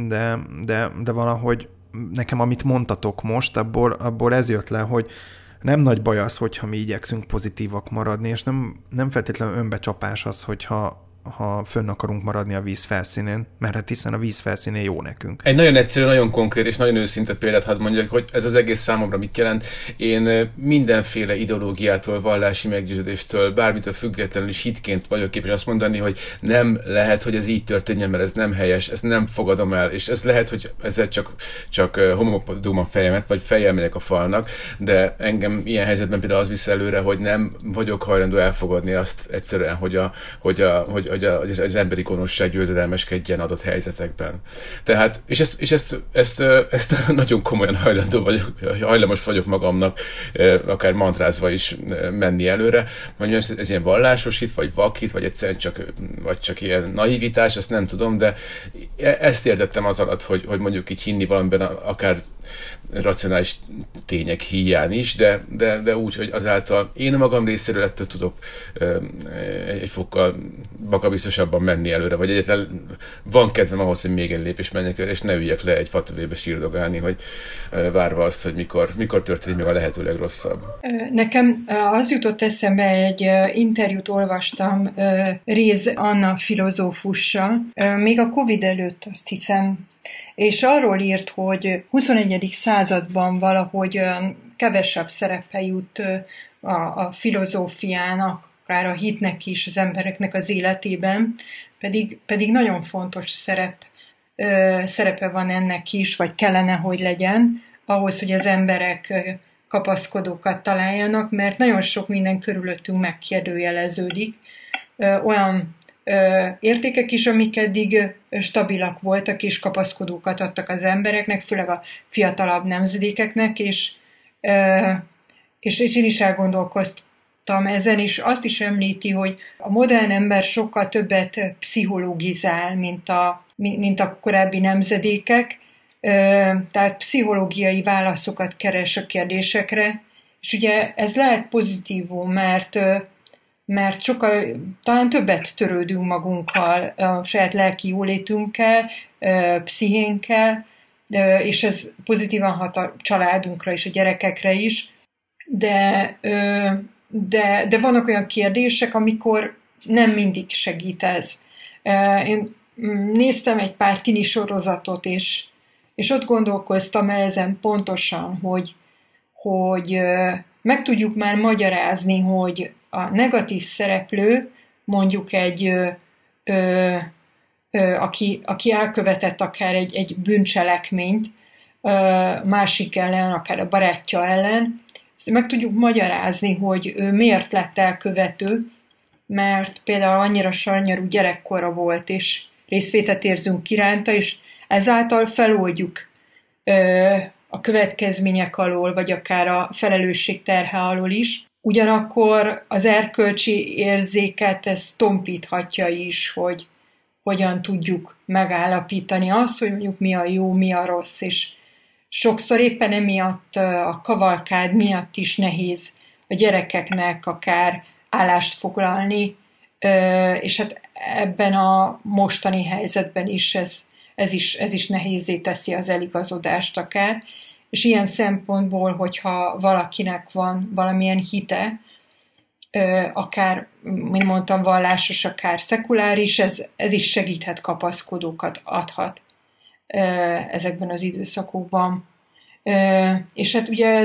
valahogy nekem, amit mondtatok most, abból ez jött le, hogy nem nagy baj az, hogyha mi igyekszünk pozitívak maradni, és nem feltétlenül önbecsapás az, hogyha fönn akarunk maradni a víz felszínén, mert hát hiszen a víz felszínén jó nekünk. Egy nagyon egyszerű, nagyon konkrét és nagyon őszinte példát hadd mondjak, hogy ez az egész számomra mit jelent. Én mindenféle ideológiától, vallási meggyőződéstől, bármitől függetlenül is hitként vagyok képes azt mondani, hogy nem lehet, hogy ez így történjen, mert ez nem helyes, ezt nem fogadom el, és ez lehet, hogy ezzel csak homokdom a fejemet, vagy fejjel megyek a falnak, de engem ilyen helyzetben például az visz előre, hogy nem vagyok hajlandó elfogadni azt egyszerűen, hogy az emberi gonoszság győzedelmeskedjen adott helyzetekben. Tehát, és ezt nagyon komolyan hajlamos vagyok magamnak, akár mantrázva is menni előre. Mondjuk ez ilyen vallásos hit, vagy vakhit, vagy egyszerűen csak ilyen naivitás, azt nem tudom, de ezt értettem az alatt, hogy mondjuk így hinni valamiben, akár racionális tények híján is, de úgy, hogy azáltal én magam részéről ettől tudok egy fokkal magabiztosabban menni előre, vagy egyáltalán van kedvem ahhoz, hogy még egy lépés menjek előre, és ne üljek le egy fatövébe sírdogálni, hogy várva azt, hogy mikor történik meg a lehető legrosszabb. Nekem az jutott eszembe, egy interjút olvastam Réz Anna filozófussal, még a Covid előtt, azt hiszem, és arról írt, hogy 21. században valahogy kevesebb szerepe jut a filozófiának, akár a hitnek is az embereknek az életében, pedig nagyon fontos szerepe van ennek is, vagy kellene, hogy legyen, ahhoz, hogy az emberek kapaszkodókat találjanak, mert nagyon sok minden körülöttünk megkérdőjeleződik. Olyan értékek is, amik eddig stabilak voltak, és kapaszkodókat adtak az embereknek, főleg a fiatalabb nemzedékeknek, és én is elgondolkoztam ezen, és azt is említi, hogy a modern ember sokkal többet pszichológizál, mint a korábbi nemzedékek, tehát pszichológiai válaszokat keres a kérdésekre, és ugye ez lehet pozitívum, mert sokkal, talán többet törődünk magunkkal, a saját lelki jólétünkkel, pszichénkkel, és ez pozitívan hat a családunkra és a gyerekekre is, de vannak olyan kérdések, amikor nem mindig segít ez. Én néztem egy pár tini sorozatot, és ott gondolkoztam ezen pontosan, hogy meg tudjuk már magyarázni, hogy a negatív szereplő, mondjuk aki elkövetett akár egy bűncselekményt másik ellen, akár a barátja ellen, ezt meg tudjuk magyarázni, hogy ő miért lett elkövető, mert például annyira sanyarú gyerekkora volt, és részvétet érzünk iránta, és ezáltal feloldjuk a következmények alól, vagy akár a felelősség terhe alól is. Ugyanakkor az erkölcsi érzéket ez tompíthatja is, hogy hogyan tudjuk megállapítani azt, hogy mondjuk mi a jó, mi a rossz, és sokszor éppen emiatt a kavalkád miatt is nehéz a gyerekeknek akár állást foglalni, és hát ebben a mostani helyzetben is ez is nehézzé teszi az eligazodást akár, és ilyen szempontból, hogyha valakinek van valamilyen hite, akár, mint mondtam, vallásos, akár szekuláris, ez is segíthet, kapaszkodókat adhat ezekben az időszakokban. És hát ugye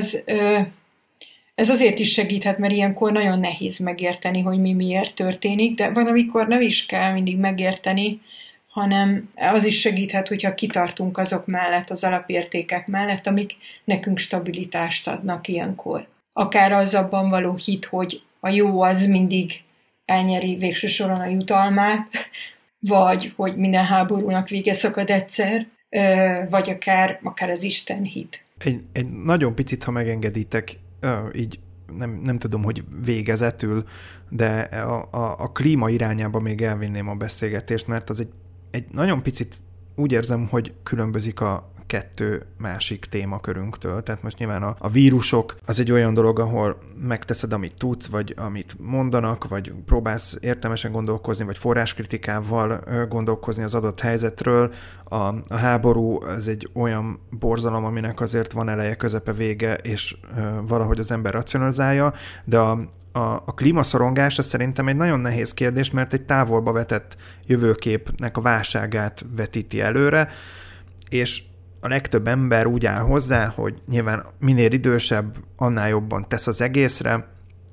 ez azért is segíthet, mert ilyenkor nagyon nehéz megérteni, hogy mi miért történik, de van, amikor nem is kell mindig megérteni, hanem az is segíthet, hogyha kitartunk azok mellett, az alapértékek mellett, amik nekünk stabilitást adnak ilyenkor. Akár az abban való hit, hogy a jó az mindig elnyeri végső soron a jutalmát, vagy hogy minden háborúnak vége szakad egyszer, vagy akár az Isten hit. Egy nagyon picit, ha megengeditek, így nem tudom, hogy végezetül, de a klíma irányába még elvinném a beszélgetést, mert az egy nagyon picit úgy érzem, hogy különbözik a kettő másik témakörünktől. Tehát most nyilván a vírusok az egy olyan dolog, ahol megteszed, amit tudsz, vagy amit mondanak, vagy próbálsz értelmesen gondolkozni, vagy forráskritikával gondolkozni az adott helyzetről. A háború az egy olyan borzalom, aminek azért van eleje, közepe, vége, és valahogy az ember racionalizálja, de a klímaszorongás az szerintem egy nagyon nehéz kérdés, mert egy távolba vetett jövőképnek a válságát vetíti előre, és a legtöbb ember úgy áll hozzá, hogy nyilván minél idősebb, annál jobban tesz az egészre,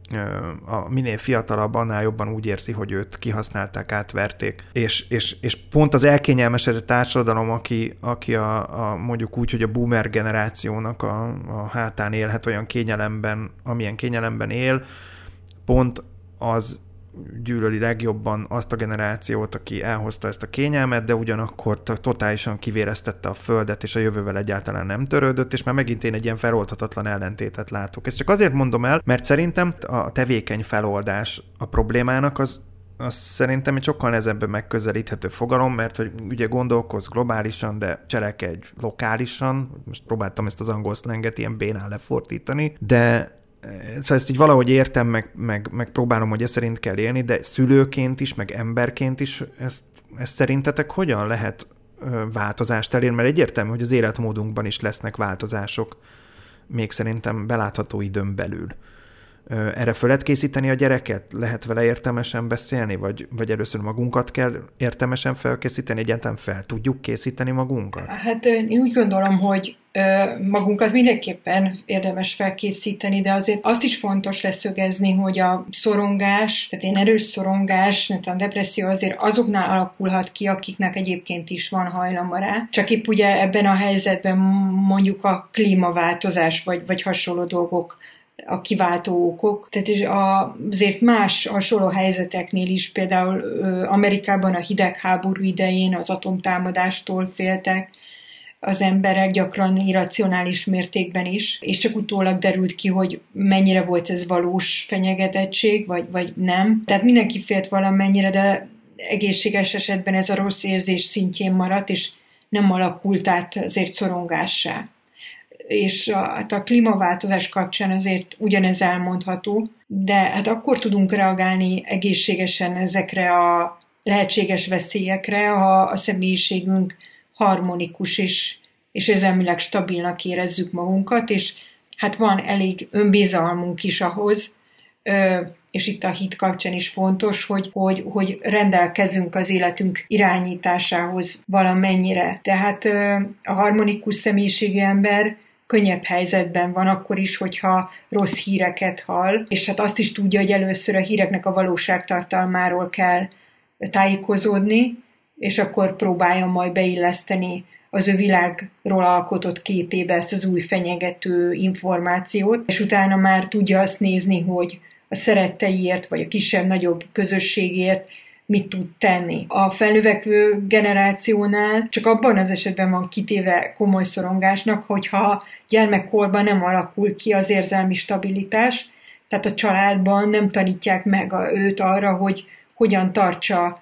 a minél fiatalabb, annál jobban úgy érzi, hogy őt kihasználták, átverték. És pont az elkényelmesedett társadalom, aki mondjuk úgy, hogy a boomer generációnak a hátán élhet olyan kényelemben, amilyen kényelemben él, pont az gyűlöli legjobban azt a generációt, aki elhozta ezt a kényelmet, de ugyanakkor totálisan kivéreztette a földet, és a jövővel egyáltalán nem törődött, és már megint én egy ilyen feloldhatatlan ellentétet látok. Ezt csak azért mondom el, mert szerintem a tevékeny feloldás a problémának az szerintem egy sokkal nehezebben megközelíthető fogalom, mert hogy ugye gondolkozz globálisan, de cselekedj lokálisan. Most próbáltam ezt az angol szlenget ilyen bénán lefordítani, de szóval ezt így valahogy értem, meg próbálom, hogy ez szerint kell élni, de szülőként is, meg emberként is ezt szerintetek hogyan lehet változást elérni? Mert egyértelmű, hogy az életmódunkban is lesznek változások, még szerintem belátható időn belül. Erre föl lehet készíteni a gyereket? Lehet vele értelmesen beszélni? Vagy először magunkat kell értelmesen felkészíteni? Egyáltalán fel tudjuk készíteni magunkat? Hát én úgy gondolom, hogy magunkat mindenképpen érdemes felkészíteni, de azért azt is fontos leszögezni, hogy a szorongás, tehát egy erős szorongás, a depresszió azért azoknál alakulhat ki, akiknek egyébként is van hajlama rá. Csak épp ugye ebben a helyzetben mondjuk a klímaváltozás, vagy hasonló dolgok a kiváltó okok. Tehát azért más hasonló helyzeteknél is, például Amerikában a hidegháború idején az atomtámadástól féltek az emberek, gyakran irracionális mértékben is, és csak utólag derült ki, hogy mennyire volt ez valós fenyegetettség, vagy nem. Tehát mindenki félt valamennyire, de egészséges esetben ez a rossz érzés szintjén maradt, és nem alakult át azért szorongássá. És a klímaváltozás kapcsán azért ugyanez elmondható, de hát akkor tudunk reagálni egészségesen ezekre a lehetséges veszélyekre, ha a személyiségünk harmonikus és érzelmileg stabilnak érezzük magunkat, és hát van elég önbizalmunk is ahhoz, és itt a hit kapcsán is fontos, hogy rendelkezünk az életünk irányításához valamennyire. Tehát a harmonikus személyiségű ember könnyebb helyzetben van akkor is, hogyha rossz híreket hall, és hát azt is tudja, hogy először a híreknek a valóságtartalmáról kell tájékozódni, és akkor próbálja majd beilleszteni az ő világról alkotott képébe ezt az új fenyegető információt, és utána már tudja azt nézni, hogy szeretteiért, vagy a kisebb-nagyobb közösségért mit tud tenni. A felnövekvő generációnál csak abban az esetben van kitéve komoly szorongásnak, hogyha gyermekkorban nem alakul ki az érzelmi stabilitás, tehát a családban nem tanítják meg őt arra, hogy hogyan tartsa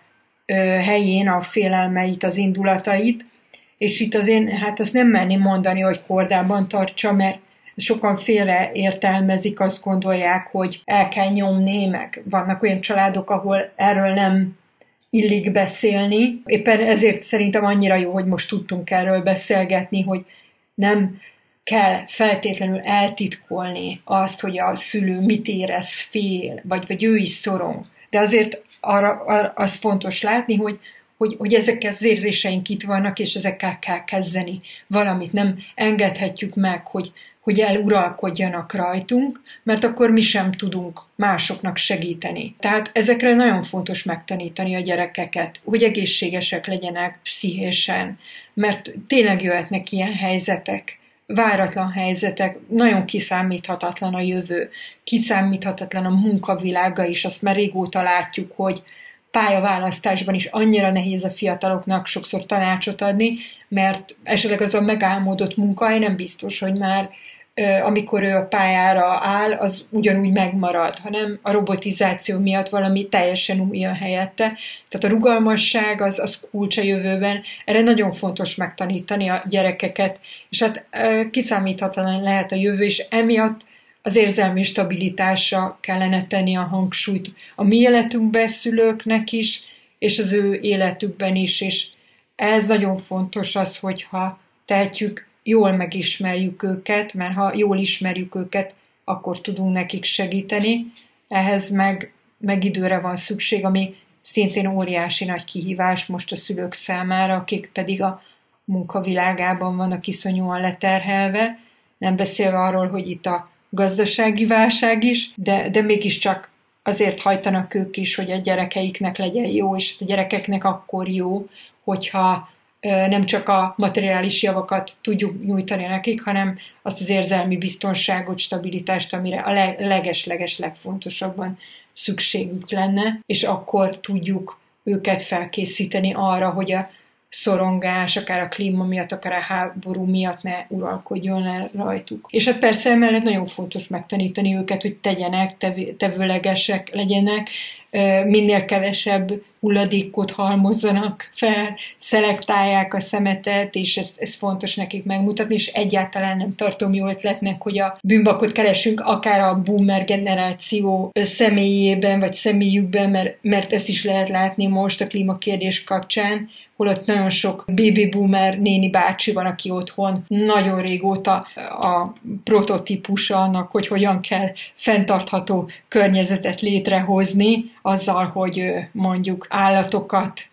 helyén a félelmeit, az indulatait, és itt azért hát azt nem merném mondani, hogy kordában tartsa, mert sokan félre értelmezik, azt gondolják, hogy el kell nyomni, meg vannak olyan családok, ahol erről nem illik beszélni. Éppen ezért szerintem annyira jó, hogy most tudtunk erről beszélgetni, hogy nem kell feltétlenül eltitkolni azt, hogy a szülő mit érez, fél, vagy ő is szorong. De azért arra az fontos látni, hogy ezek az érzéseink itt vannak, és ezekkel kell kezdeni valamit. Nem engedhetjük meg, hogy eluralkodjanak rajtunk, mert akkor mi sem tudunk másoknak segíteni. Tehát ezekre nagyon fontos megtanítani a gyerekeket, hogy egészségesek legyenek pszichésen, mert tényleg jöhetnek ilyen helyzetek, váratlan helyzetek, nagyon kiszámíthatatlan a jövő, kiszámíthatatlan a munkavilága is, azt már régóta látjuk, hogy pályaválasztásban is annyira nehéz a fiataloknak sokszor tanácsot adni, mert esetleg az a megálmodott munkahely nem biztos, hogy már amikor ő a pályára áll, az ugyanúgy megmarad, hanem a robotizáció miatt valami teljesen új jön helyette. Tehát a rugalmasság az kulcs a jövőben. Erre nagyon fontos megtanítani a gyerekeket, és hát kiszámíthatatlan lehet a jövő, és emiatt az érzelmi stabilitásra kellene tenni a hangsúlyt a mi életünkben szülőknek is, és az ő életükben is, és ez nagyon fontos az, hogyha tehetjük, jól megismerjük őket, mert ha jól ismerjük őket, akkor tudunk nekik segíteni. Ehhez meg időre van szükség, ami szintén óriási nagy kihívás most a szülők számára, akik pedig a munkavilágában vannak iszonyúan leterhelve, nem beszélve arról, hogy itt a gazdasági válság is, de mégiscsak azért hajtanak ők is, hogy a gyerekeiknek legyen jó, és a gyerekeknek akkor jó, hogyha nem csak a materiális javakat tudjuk nyújtani nekik, hanem azt az érzelmi biztonságot, stabilitást, amire a leges legfontosabban szükségük lenne, és akkor tudjuk őket felkészíteni arra, hogy a szorongás, akár a klíma miatt, akár a háború miatt ne uralkodjon el rajtuk. És hát persze emellett nagyon fontos megtanítani őket, hogy tegyenek, tevőlegesek legyenek, minél kevesebb hulladékot halmozzanak fel, szelektálják a szemetet, és ez fontos nekik megmutatni, és egyáltalán nem tartom jó ötletnek, hogy a bűnbakot keresünk akár a boomer generáció személyében, vagy személyükben, mert ezt is lehet látni most a klímakérdés kapcsán, holott nagyon sok baby boomer néni bácsi van, aki otthon nagyon régóta a prototípusa annak, hogy hogyan kell fenntartható környezetet létrehozni, azzal, hogy mondjuk állatokat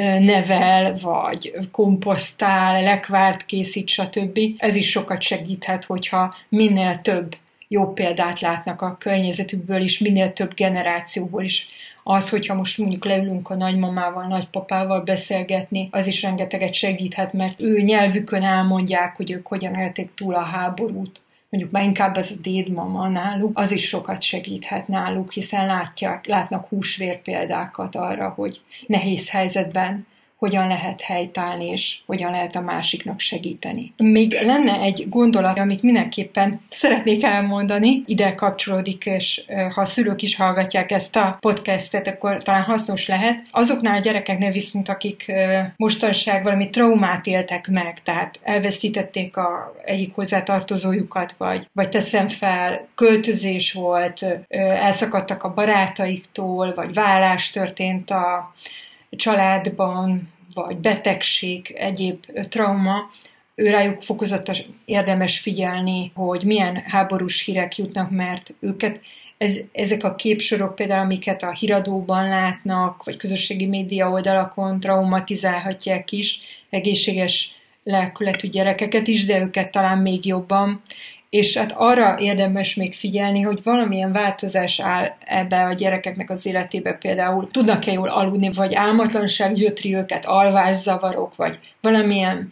nevel, vagy komposztál, lekvárt készít, stb. Ez is sokat segíthet, hogyha minél több jó példát látnak a környezetükből is, minél több generációból is. Az, hogyha most mondjuk leülünk a nagymamával, nagypapával beszélgetni, az is rengeteget segíthet, mert ő nyelvükön elmondják, hogy ők hogyan élték túl a háborút. Mondjuk már inkább ez a dédmama náluk, az is sokat segíthet náluk, hiszen látnak húsvér példákat arra, hogy nehéz helyzetben hogyan lehet helytállni, és hogyan lehet a másiknak segíteni. Még lenne egy gondolat, amit mindenképpen szeretnék elmondani, ide kapcsolódik, és ha a szülők is hallgatják ezt a podcastet, akkor talán hasznos lehet. Azoknál a gyerekeknél viszont, akik mostanság valami traumát éltek meg, tehát elveszítették egyik hozzátartozójukat, vagy teszem fel, költözés volt, elszakadtak a barátaiktól, vagy válás történt a családban, vagy betegség, egyéb trauma, őrájuk fokozatos érdemes figyelni, hogy milyen háborús hírek jutnak, mert őket ezek a képsorok például, amiket a híradóban látnak, vagy közösségi média oldalakon traumatizálhatják is, egészséges lelkületű gyerekeket is, de őket talán még jobban. És hát arra érdemes még figyelni, hogy valamilyen változás áll ebbe a gyerekeknek az életébe, például tudnak-e jól aludni, vagy álmatlanság gyötri őket, alvászavarok, vagy valamilyen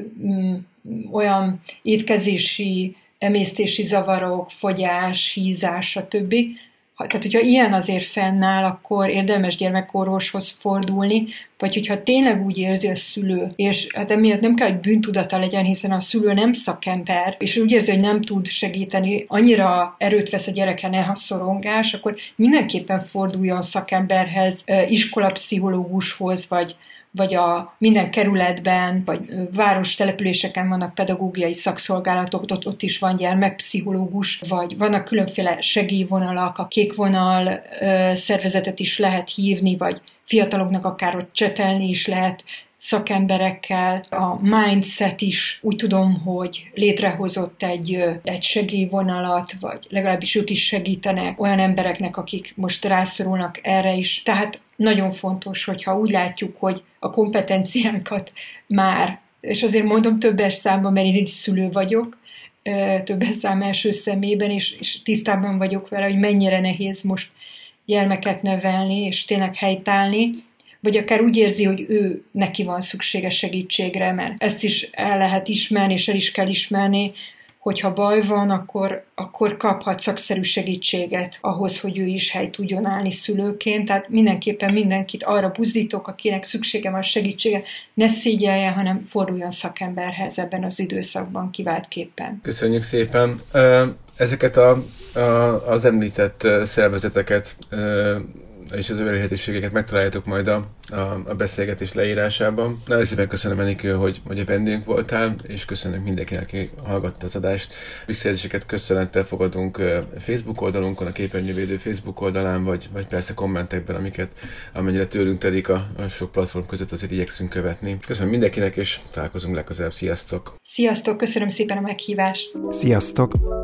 olyan étkezési, emésztési zavarok, fogyás, hízás, stb. tehát hogyha ilyen azért fennáll, akkor érdemes gyermekorvoshoz fordulni, vagy hogyha tényleg úgy érzi a szülő, és hát emiatt nem kell, hogy bűntudata legyen, hiszen a szülő nem szakember, és úgy érzi, hogy nem tud segíteni, annyira erőt vesz a gyereken a szorongás, akkor mindenképpen forduljon szakemberhez, iskolapszichológushoz, vagy a minden kerületben, vagy város településeken vannak pedagógiai szakszolgálatok, ott is van gyermekpszichológus, vagy vannak különféle segélyvonalak, a Kék Vonal szervezetet is lehet hívni, vagy fiataloknak akár ott csetelni is lehet szakemberekkel. A Mindset is úgy tudom, hogy létrehozott egy segélyvonalat, vagy legalábbis ők is segítenek olyan embereknek, akik most rászorulnak erre is. Tehát nagyon fontos, hogyha úgy látjuk, hogy a kompetenciánkat már, és azért mondom többes számban, mert én is szülő vagyok, többes szám első szemében, és tisztában vagyok vele, hogy mennyire nehéz most gyermeket nevelni, és tényleg helytállni, vagy akár úgy érzi, hogy neki van szüksége segítségre, mert ezt is el lehet ismerni, és el is kell ismerni, hogyha baj van, akkor kaphat szakszerű segítséget ahhoz, hogy ő is hely tudjon állni szülőként. Tehát mindenképpen mindenkit arra buzdítok, akinek szüksége van segítsége, ne szégyelje, hanem forduljon szakemberhez ebben az időszakban kiváltképpen. Köszönjük szépen! Ezeket az említett szervezeteket és az elérhetőségeket megtaláljátok majd a beszélgetés leírásában. Nagyon szépen köszönöm, Enikő, hogy a vendégünk voltál, és köszönöm mindenkinek, aki hallgatta az adást. Visszajelzéseket köszönettel fogadunk Facebook oldalunkon, a Képernyővédő Facebook oldalán, vagy persze kommentekben, amennyire tőlünk telik a sok platform között, azért igyekszünk követni. Köszönöm mindenkinek, és találkozunk legközelebb. Sziasztok! Sziasztok! Köszönöm szépen a meghívást! Sziasztok!